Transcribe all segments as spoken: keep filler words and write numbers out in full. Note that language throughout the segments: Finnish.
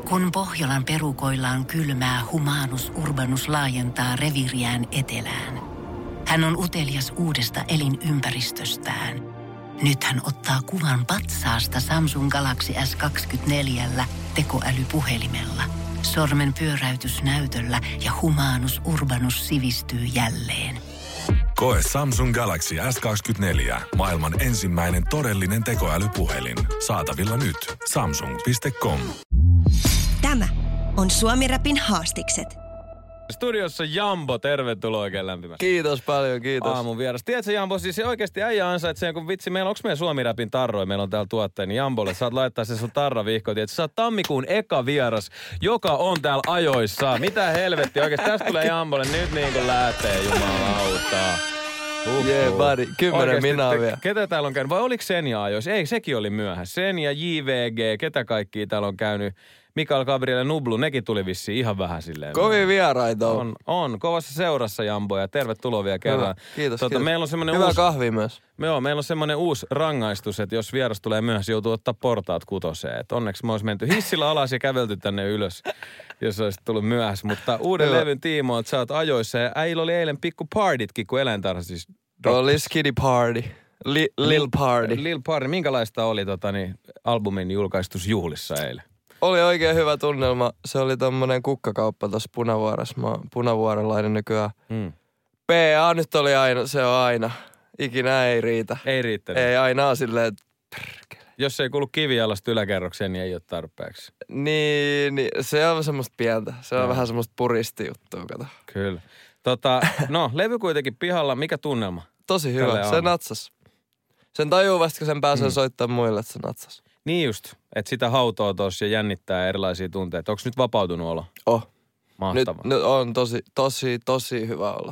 Kun Pohjolan perukoillaan kylmää, Humanus Urbanus laajentaa reviiriään etelään. Hän on utelias uudesta elinympäristöstään. Nyt hän ottaa kuvan patsaasta Samsung Galaxy S kaksikymmentäneljä tekoälypuhelimella. Sormen pyöräytys näytöllä ja Humanus Urbanus sivistyy jälleen. Koe Samsung Galaxy S kaksikymmentäneljä. Maailman ensimmäinen todellinen tekoälypuhelin. Saatavilla nyt. samsung piste com. Tämä on Suomi Rapin haastikset. Studiossa Jambo, tervetuloa oikein lämpimästi. Kiitos paljon, kiitos. Aamun vieras. Tiedätkö Jambo, siis oikeasti äijä ansaitsee, kun vitsi, meillä onko meidän Suomi Rapin tarroja, meillä on täällä tuotteja, niin Jambolle saat laittaa se sun tarravihko. Tiedätkö, sä oot tammikuun eka vieras, joka on täällä ajoissa. Mitä helvettiä, oikeasti tästä tulee Jambolle nyt niin kuin lähtee, jumalauta. Uhuh. Jee, buddy. Kymmenen minaa vielä. Ketä täällä on käynyt? Vai oliko Senja ajoissa? Ei, sekin oli myöhässä. Senja, J V G, ketä kaikkia täällä on käynyt? Mikael, Gabriel ja Nublu, nekin tuli vissiin ihan vähän silleen. Kovin vieraita on. On, on. Kovassa seurassa, Jambo, ja tervetuloa vielä kerran. Hyvä. Kiitos, tota, kiitos. Meillä on semmoinen Hyvä uusi, kahvi myös. Joo, meillä on semmoinen uusi rangaistus, että jos vieras tulee myöhässä, joutuu ottaa portaat kutoseen. Et onneksi me olisi menty hissillä alas ja kävelty tänne ylös, jos olisi tullut myöhässä. Mutta uuden Hyvä. levyn tiimoilta sä oot ajoissa, ja äijillä oli eilen pikku partitkin, kun eläintarha siis Oli Skiddy Party. Li, Lil Party. Lil Party. Minkälaista oli tota, niin, albumin julkaistusjuhlissa eilen? Oli oikein hyvä tunnelma. Se oli tommonen kukkakauppa tossa Punavuoressa. Mä oon punavuorelainen nykyään. Hmm. P A nyt oli aina, se on aina. Ikinä ei riitä. Ei riittänyt. Ei aina on silleen, että perkele. Jos ei kuulu kivialasta yläkerrokseen, niin ei ole tarpeeksi. Niin, niin, se on semmoista pientä. Se on Joo. vähän semmoista puristijuttua, kato. Kyllä. Tota, no, levy kuitenkin pihalla. Mikä tunnelma? Tosi Tälle hyvä. Se aamulla. natsas. Sen tajuu vasta, kun sen pääsee Mm. soittamaan muille, että se natsas. Niin just, että sitä hautoo tuossa ja jännittää erilaisia tunteita. Onko nyt vapautunut olo? Oh. Nyt, Mahtavaa. nyt on tosi, tosi, tosi hyvä olla.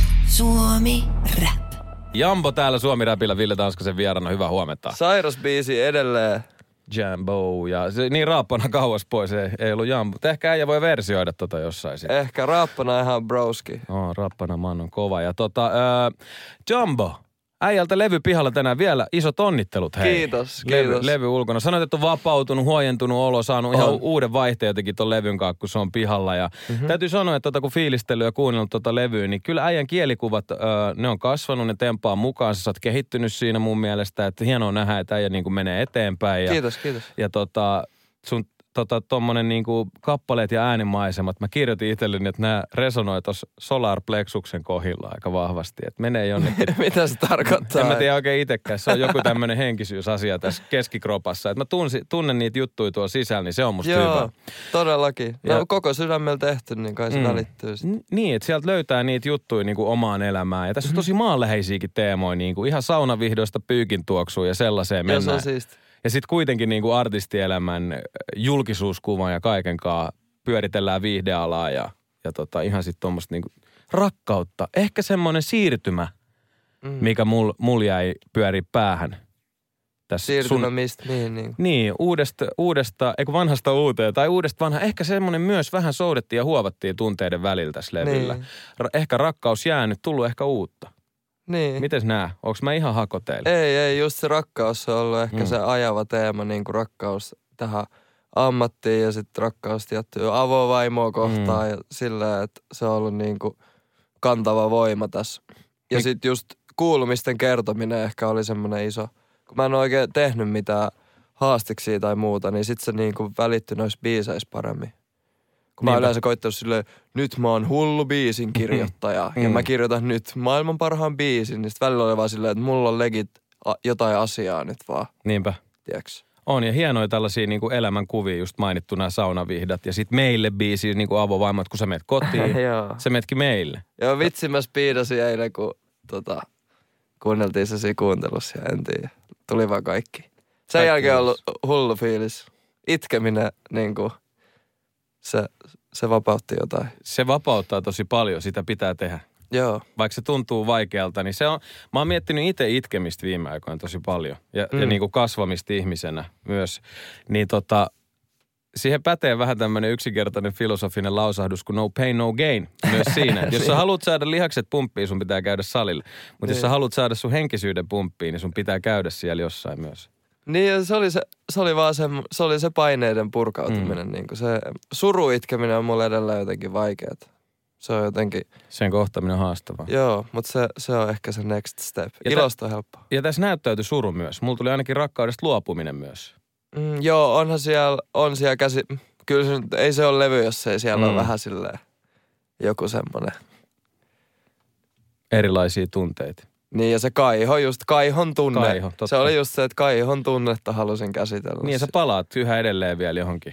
Suomi Rap. Jambo täällä Suomi Rapilla, Ville Tanskasen vieraana. Hyvää huomenta. Sairas biisi edelleen. Jambo. Ja se, niin raappana kauas pois, ei, ei ollut Jambo. Ehkä äijä voi versioida tota jossain sitten. Ehkä raappana ihan broski. Oh, rappana man on kova. Ja tota, äh, Jambo. Äijältä levy pihalla tänään vielä. Isot onnittelut, hei. Kiitos, levy, kiitos. Levy ulkona. Sanoit, että on vapautunut, huojentunut olo, saanut ihan On. uuden vaihteen jotenkin ton levyn kanssa, kun se on pihalla. Ja mm-hmm. täytyy sanoa, että tota, kun fiilistellyt ja kuunnellut tota levyä, niin kyllä äijän kielikuvat, öö, ne on kasvanut, ne tempaa mukaan. Sä oot kehittynyt siinä mun mielestä, että hienoa nähdä, että äijä niin kuin menee eteenpäin. Ja, Kiitos, kiitos. ja tota, sun tota, tommonen niinku kappaleet ja äänimaisemat. Mä kirjoitin itselleni, että nämä resonoi tuossa Solar Plexuksen kohdilla aika vahvasti. Että menee jonnekin. Mitä se tarkoittaa? En mä tiedä oikein itsekään. Se on joku tämmöinen henkisyysasia tässä keskikropassa. Että mä tunsin, tunnen niitä juttuja tuolla sisällä, niin se on musta Joo, hyvä. todellakin. No Ja- koko sydämellä tehty, niin kai se Mm. välittyy sit. N- Niin, että sieltä löytää niitä juttuja niin kuin omaan elämään. Ja tässä Mhm. on tosi maanläheisiäkin teemoja, niin kuin ihan saunavihdoista pyykin tuoksuun ja sellaiseen Joo, se mennään. on siisti. Ja sitten kuitenkin niin kuin artistielämän julkisuuskuvan ja kaiken kanssa pyöritellään viihdealaa ja, ja tota, ihan sitten tuommoista niin kuin rakkautta. Ehkä semmoinen siirtymä, Mm. mikä mul, mul jäi pyörii päähän. Tässä Siirtymä sun- mistä, niin, niin. Niin, uudesta, uudesta, eikö vanhasta uuteen tai uudesta vanha. Ehkä semmoinen myös vähän soudettiin ja huovattiin tunteiden välillä tässä levyllä. Niin. Ra- ehkä rakkaus jäänyt, tullut ehkä uutta. Niin. Mites nää? Onks mä ihan hakoteilla? Ei, ei, just se rakkaus on ollut ehkä Mm. se ajava teema, niin kuin rakkaus tähän ammattiin ja sitten rakkaus tiettyä avovaimoa kohtaan Mm. ja sillä, että se on ollut niin kuin kantava voima tässä. Ja Mik- sitten just kuulumisten kertominen ehkä oli semmoinen iso, kun mä en ole oikein tehnyt mitään haastiksia tai muuta, niin sitten se niin kuin välittyi noissa biiseissä paremmin. Kun mä Niinpä. oon yleensä koittanut silleen, nyt mä oon hullu biisin kirjoittaja ja Mm. mä kirjoitan nyt maailman parhaan biisin, niin sit välillä oli vaan silleen, että mulla on legit a- jotain asiaa nyt vaan, Niinpä. tiiäks. On, ja hienoja tällaisia niin kuin elämänkuvia, just mainittu nämä saunavihdat. Ja sitten meille biisi, niin kuin avovaimat, kun sä menet kotiin, Joo. sä menetkin meille. Joo, vitsi mä spiidasin eilen, kun tota, kuunneltiin se siinä kuuntelussa ja en tiedä. Tuli vaan kaikki. Sen Kaikki jälkeen on ollut myös. hullu fiilis. Itkeminen, niin kuin, se, se vapautti jotain. Se vapauttaa tosi paljon, sitä pitää tehdä. Joo. Vaikka se tuntuu vaikealta, niin se on, mä oon miettinyt itse itkemistä viime aikoina tosi paljon. Ja, mm. ja niin kuin kasvamista ihmisenä myös. Niin tota, siihen pätee vähän tämmöinen yksinkertainen filosofinen lausahdus kuin no pain, no gain myös siinä. Jos sä haluat saada lihakset pumppiin, sun pitää käydä salille. Mutta jos Niin. sä haluat saada sun henkisyyden pumppiin, niin sun pitää käydä siellä jossain myös. Niin ja se oli, se, se oli vaan se, se, oli se paineiden purkautuminen. Mm. Niin kuin se suru itkeminen on mulle edelleen jotenkin vaikeaa. Se on jotenkin... Sen kohtaminen on haastavaa. Joo, mutta se, se on ehkä se next step. Ja Ilosta on helppoa. Ja tässä näyttäytyi suru myös. Mulla tuli ainakin rakkaudesta luopuminen myös. Mm, joo, onhan siellä, on siellä käsi... Kyllä se, ei se ole levy, jos ei siellä mm. ole vähän silleen joku semmoinen. Erilaisia tunteita. Niin ja se kaiho, just kaihon tunne. Kaiho, totta. Se oli just se, että kaihon tunnetta halusin käsitellä. Niin ja sä palaat yhä edelleen vielä johonkin.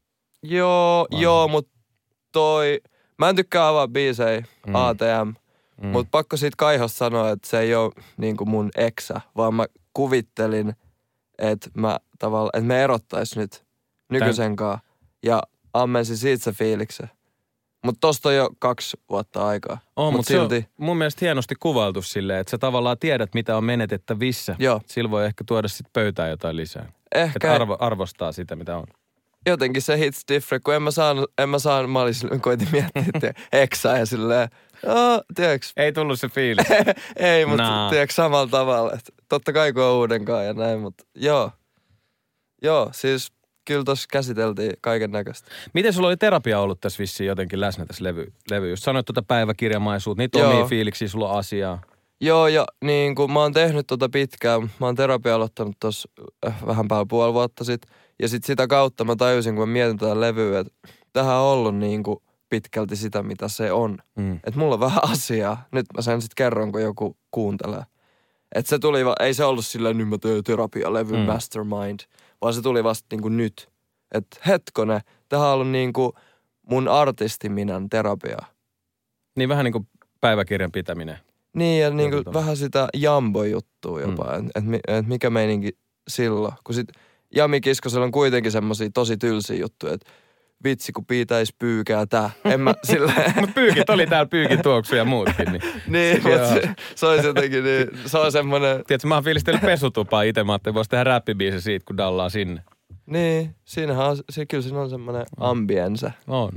Joo, Vai. joo, mutta toi... Mä en tykkää avaa biisejä, mm. A T M, mm. mutta pakko siitä kaihosta sanoa, että se ei ole niinku mun eksä, vaan mä kuvittelin, että mä tavallaan, että me erottais nyt nykyisen kanssa ja ammensin siitä se fiiliksen. Mutta tosta on jo kaksi vuotta aikaa. On, mutta mut silti... se on mun mielestä hienosti kuvailtu silleen, että sä tavallaan tiedät, mitä on menetettävissä. Joo. Sillä voi ehkä tuoda sit pöytään jotain lisää. Ehkä. Että arvo, arvostaa sitä, mitä on. Jotenkin se hits different, kun en mä saanut, en mä saanut, mä olin silleen, koitin miettiä, että eksää ja silleen, joo, tiedäks. Ei tullut se fiilis. Ei, mutta nah. tiedäks samalla tavalla, että totta kai kun on uudenkaan ja näin, mutta joo. Joo, siis kyllä tossa käsiteltiin kaiken näköistä. Miten sulla oli terapia ollut tässä vissiin jotenkin läsnä tässä levy, levy? Just sanoit tuota päiväkirjamaisuutta, niitä omia fiiliksiä sulla on asiaa. Joo, ja niin kun mä oon tehnyt tota pitkään, mä oon terapia aloittanut tossa äh, vähän päällä puoli vuotta sit. Ja sit sitä kautta mä tajusin, kun mä mietin tätä levyä, että tähän on ollut niin kuin pitkälti sitä, mitä se on. Mm. Että mulla on vähän asiaa. Nyt mä sen sit kerron, kun joku kuuntelee. Että se tuli, va- ei se ollut silleen, nyt mä teen terapia-levy mm. mastermind, vaan se tuli vasta niin kuin nyt. Että hetkone, tähän on ollut niin kuin mun artistiminän terapia. Niin vähän niin kuin päiväkirjan pitäminen. Niin ja niin kuin vähän sitä jambo-juttua jopa, mm. että et, et mikä meininki silloin. Kun sit Jami Kiskosella on kuitenkin semmosia tosi tylsiä juttuja, että vitsi kun pitäis pyykää tää. En mä silleen... Mut pyykit oli täällä pyykin tuoksu ja muutkin. Niin, niin mutta se, se olisi jotenkin niin, se on semmonen... Tiedätkö, mä oon fiilistellyt pesutupaa ite, mä ajattelin, vois tehdä räppibiisi siitä, kun dallaa sinne. Niin, siinähän on, se, kyllä siinä on semmonen mm. ambiensa. On.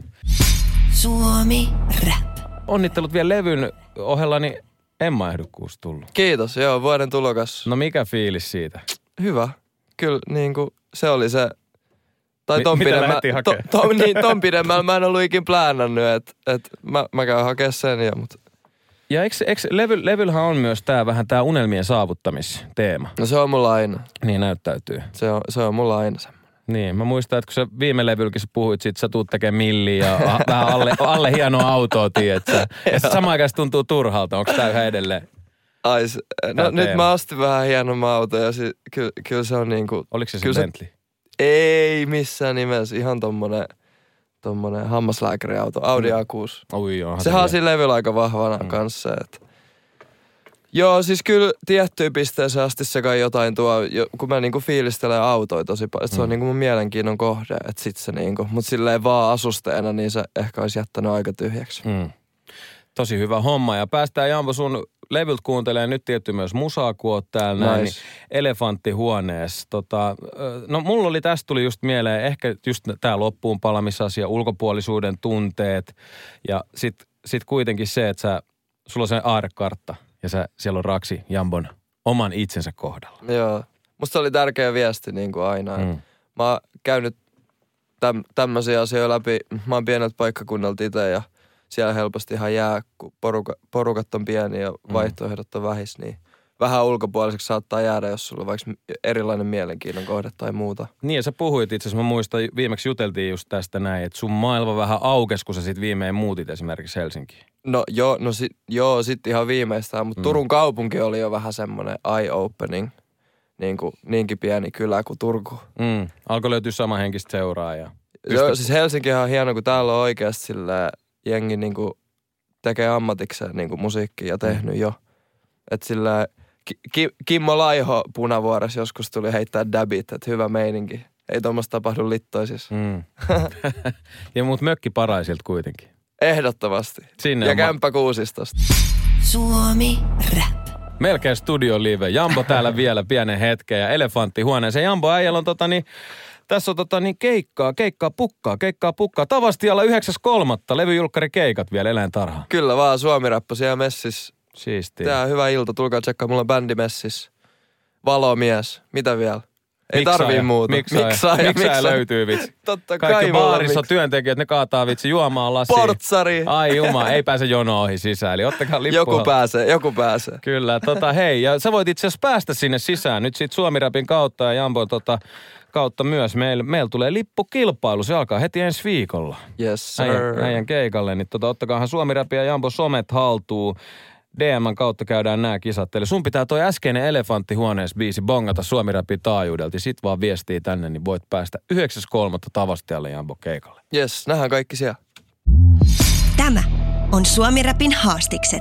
Suomi Rap. Onnittelut vielä levyn ohella, niin Emma-ehdokkuus tullut. Kiitos, joo, vuoden tulokas. No mikä fiilis siitä? Hyvä. Kyllä niinku se oli se... Tai Mi- ton mitä pidemmä, lähdettiin to, hakemaan? to, niin, ton pidemmällä mä en ollut ikin pläänännyt, että et mä, mä käyn hakemaan sen jo, mutta... Ja eikö, eikö levy, levyllähän on myös tää vähän tää unelmien saavuttamisteema? No se on mulla aina. Niin näyttäytyy. Se on, se on mulla aina semmoinen. Niin, mä muistan, että kun sä viime levylläkin sä puhuit siitä, sä tuut tekemään milliä ja a, vähän alle, alle hienoa autoa, tiedätkö? Ja sit samaan aikaan tuntuu turhalta. Onko tää yhä edelleen? Ai, se, no nyt mä ostin vähän hienomman auton ja si, ky, kyllä se on niinku... Oliko se se Bentley? Ei missään nimessä, ihan tommonen, tommonen hammaslääkäriauto, Audi A kuusi. Oi joo. Sehän on siinä levyllä aika vahvana mm. kanssa, että... Joo, siis kyllä tiettyyn pisteeseen asti se kai jotain tuo, kun mä niinku fiilistelen autoja tosi paljon. Mm. Se on niinku mun mielenkiinnon kohde, että sit se niinku, mut silleen vaan asusteena, niin se ehkä olisi jättänyt aika tyhjäksi. Mm. Tosi hyvä homma ja päästään Jambo sun levylt kuuntelemaan nyt tietty myös musaa, kun oot täällä nice. Näin, niin Elefanttihuoneessa. Tota, no mulla oli, tästä tuli just mieleen ehkä just tää loppuun palamisasia, ulkopuolisuuden tunteet ja sit, sit kuitenkin se, että sä, sulla on se aarrekartta. Ja sä, siellä on Raksi Jambon oman itsensä kohdalla. Joo. Musta oli tärkeä viesti niin kuin aina. Mm. Mä oon käynyt täm, tämmöisiä asioita läpi. Mä oon pieneltä paikkakunnalta itse ja siellä helposti ihan jää, kun poruka, porukat on pieni ja vaihtoehdot on vähis, niin vähän ulkopuoliseksi saattaa jäädä, jos sulla on vaikka erilainen mielenkiinnon kohde tai muuta. Niin ja sä puhuit itse asiassa, mä muistan, viimeksi juteltiin just tästä näin, että sun maailma vähän aukesi, kun sä sit viimein muutit esimerkiksi Helsinkiin. No joo, no sit, joo, sit ihan viimeistään, mutta mm. Turun kaupunki oli jo vähän semmoinen eye-opening, niin kuin, niinkin pieni kylä kuin Turku. Mm. Alkoi löytyä samanhenkistä seuraajaa. Joo, siis Helsinkihan on hieno, kun täällä on oikeasti sillä jengi niin kuin tekee ammatikseen niin kuin musiikkia ja tehnyt mm. jo. Että sillä Ki- Kimmo Laiho Punavuoressa joskus tuli heittää dabit, että hyvä meininki. Ei tuommoista tapahdu littoisissa. Mm. Ja mut mökki paraisilta kuitenkin. Ehdottomasti. Sinne ja on kämppä kuusistosta. Suomi Rap. Melkein studio live. Jambo täällä vielä pienen hetken ja Elefanttihuoneeseen. Jambo äijällä on tota niin, tässä on tota niin keikkaa, keikkaa pukkaa, keikkaa pukkaa. Tavastialla yhdeksäs kolmatta levyjulkkari keikat vielä Eläintarha. Kyllä vaan, Suomi-rappa siellä messissä. Siistiä. Tää on hyvä ilta, tulkaa tsekkaa, mulla on bändi messissä. Valomies, mitä vielä? Ei Miksaaja. tarvii muuta. Miksaaja. Miksaaja, Miksaaja miksaaja. löytyy, vitsi. Totta kai Kaikki mulla baarissa miks- työntekijät, ne kaataa vitsi juomaan lasiin. Portsari. Ai juma, ei pääse jono ohi sisään. Eli ottakaa lippu. Joku pääsee, joku pääsee. Kyllä, tota hei. Ja sä voit itse asiassa päästä sinne sisään nyt siitä Suomi-rapin kautta ja Jambon tota, kautta myös. Meillä meil tulee lippukilpailu. Se alkaa heti ensi viikolla. Yes, sir. Äijän, äijän keikalle. Niin tota, ottakaahan Suomi-rapin ja Jambon somet haltuun. D M:n kautta käydään nämä kisat. Eli sun pitää toi äskeinen Elefanttihuoneessa biisi bongata Suomi-rapin taajuudelta. Sit vaan viestii tänne, niin voit päästä yhdeksäs kolmatta Tavastialle Jambo keikalle. Yes, nähdään kaikki siellä. Tämä on Suomi-rapin haastikset.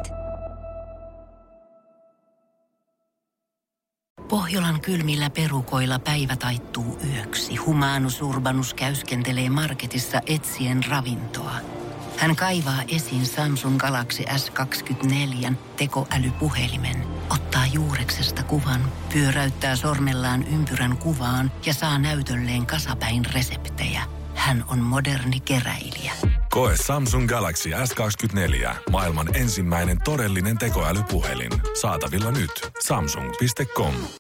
Pohjolan kylmillä perukoilla päivä taittuu yöksi. Humanus Urbanus käyskentelee marketissa etsien ravintoa. Hän kaivaa esiin Samsung Galaxy S kaksikymmentäneljä tekoälypuhelimen, ottaa juureksesta kuvan, pyöräyttää sormellaan ympyrän kuvaan ja saa näytölleen kasapäin reseptejä. Hän on moderni keräilijä. Koe Samsung Galaxy S kaksikymmentäneljä. Maailman ensimmäinen todellinen tekoälypuhelin. Saatavilla nyt. Samsung piste com.